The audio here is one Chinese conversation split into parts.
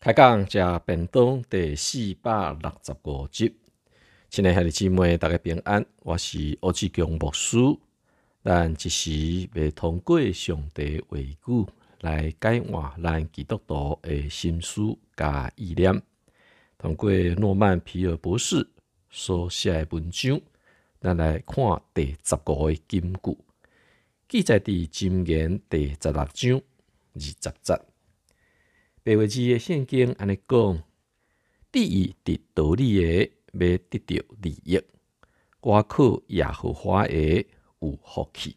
开讲食便当第465集，亲爱兄弟姊妹，大家平安，我是欧志强牧师。咱一时要通过上帝话语来解换咱基督徒的心思甲意念，通过诺曼皮尔博士所写的文章，咱来看第15个金句，记载伫箴言第16章20节。白话字的圣经安尼讲：第一得道理的，要得到利益；我靠耶和华的有福气。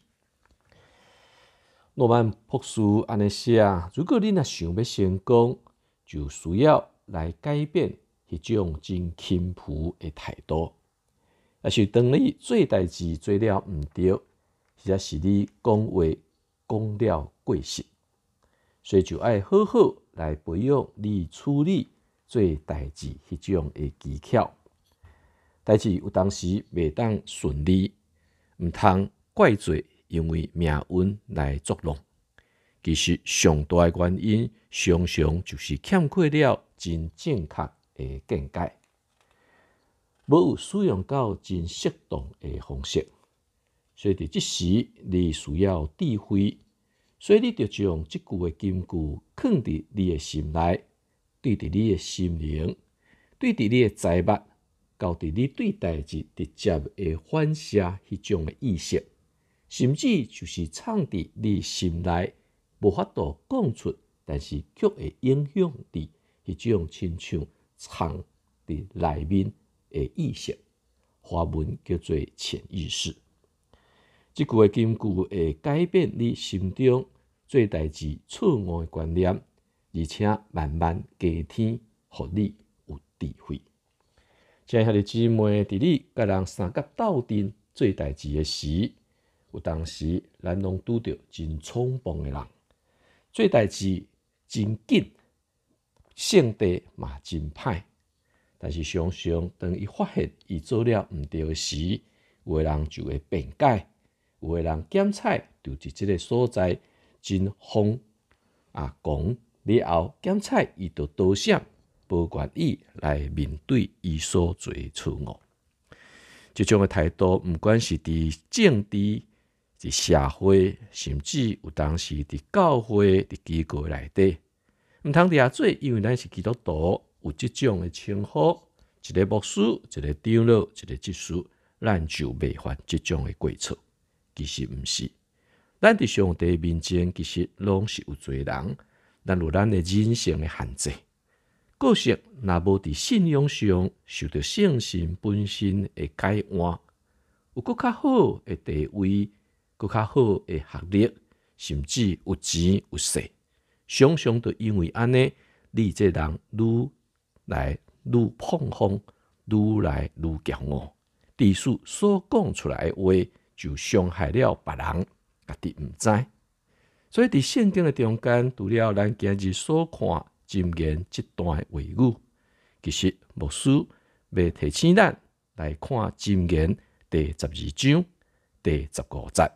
诺曼博士安尼写：如果你若想要成功，就需要来改变迄种真轻浮的态度。但是当你做代志做了毋对，或者是你讲话讲了过失，所以就要好好来培养你处理做代志迄种的技巧。代志有当时袂当顺利，毋通怪罪因为命运来作弄。其实上大的原因，常常就是欠缺了真正确的见解，无有使用到真适当的方式。所以伫即时，你需要智慧。所以你就将即句的金句放伫你的心内，对伫你的心灵，对伫你的财物，到伫你对代志直接的反射迄种的意识，甚至就是藏伫你心内无法度讲出，但是却会影响你迄种亲像藏伫内面的意识。华文叫做潜意识。即句的金句会改变你心中做代志错误的观念，而且慢慢加添，互你有智慧。亲爱兄弟姊妹，伫你甲人三角斗阵做代志的时，有当时咱拢拄着真冲动的人，做代志真紧，性地嘛真歹。但是常常当伊发现伊做了毋对的时，有的人就会辩解。有的人检采就伫即个所在真疯讲了后，检采伊就躲闪，无愿意来面对伊所做的错误。这种的态度，毋管是伫政治、伫社会，甚至有当时伫教会、伫机构内底，毋通掠做，因为咱是基督徒，有即种的称呼，一个牧师、一个长老、一个执事，咱就袂犯即种的过错。其实毋是，咱伫上帝面前，其实拢是有罪人，咱有咱的人性的限制。个性若无伫信仰上受到圣神本身的改换，有更较好的地位，更较好的学历，甚至有钱有势，常常就因为安尼，你这人愈来愈碰风，愈来愈骄傲，致使所讲出来的话，就伤害了别人，家己毋知。所以伫圣经的中间，除了咱今日所看箴言这段话语，其实牧师要提醒咱来看箴言第12章第15节。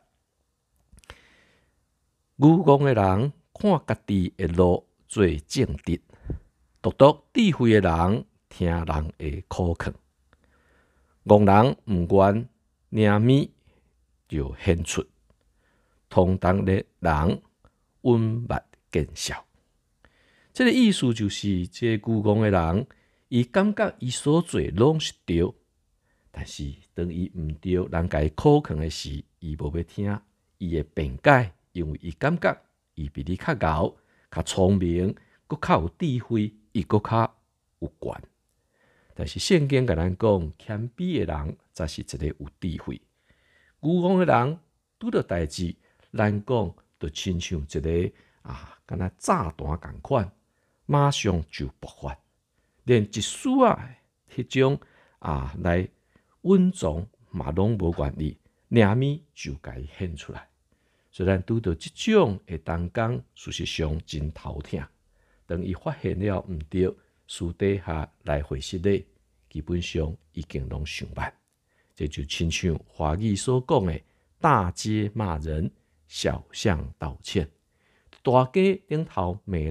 愚妄的人看家己的路做正直，独智慧的人听人的苦劝。戆人毋愿领米，就显出通当的人温默见笑。这个意思就是，这愚妄的人，伊感觉伊所做拢是对，但是当伊毋对，人家苦劝的时，伊无要听，伊会辩解，因为伊感觉伊比你较敖、较聪明，搁较有智慧，伊搁较有权。但是圣经甲咱讲，谦卑的人才是一个有智慧。愚妄的人拄到代志，咱讲就亲像一个敢若炸弹共款，马上就爆发，连一丝迄种来稳重嘛拢无愿意，领面就甲伊显出来。所以咱拄到即种的当工，事实上真头痛。当伊发现了毋对，私底下来回息咧，基本上已经拢上万。这就亲像华语所讲的大街骂人，小巷道歉。大街顶头骂人，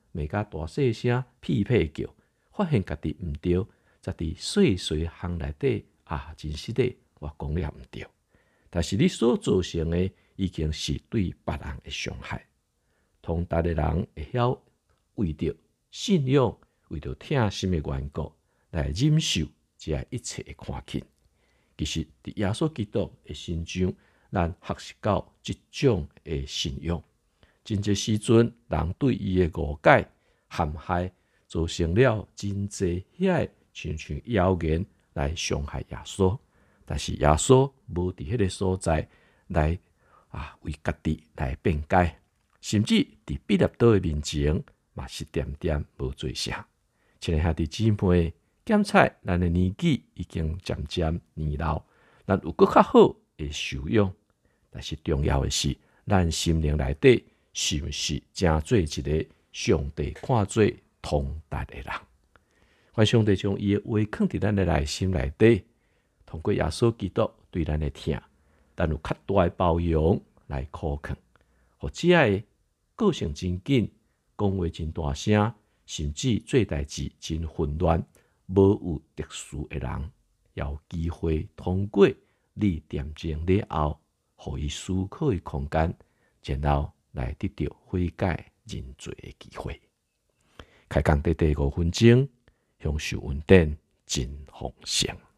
骂甲大细声屁屁叫，发现家己毋对，则伫细细项内底真实的我讲了毋对。但是你所造成的已经是对别人的伤害。通达的人会晓为着信仰，为着疼心的缘故来忍受这一切的看轻。其实伫耶稣基督的身上，咱学习到这种的信仰。真侪时阵，人对伊的误解、陷害，造成了真侪遐像谣言来伤害耶稣。但是耶稣无伫迄个所在来为家己来辩解，甚至伫彼得岛的面前嘛是点点无做啥。亲爱兄弟姊妹，检测咱的年纪已经渐渐年老，咱有搁较好的修养，但是重要的是，咱心灵内底是毋是正做一个上帝看做通达的人？愿上帝将伊的话放伫咱的内心内底。通过耶稣基督对咱的疼，咱有较大的包容来可靠，或者个个性真紧，讲话真大声，甚至做代志真混乱，无有特殊的人，也有机会通过你验证了后，互伊思考的空间，然后来得到悔改认罪的机会。开讲第5分钟，享受恩典真丰盛。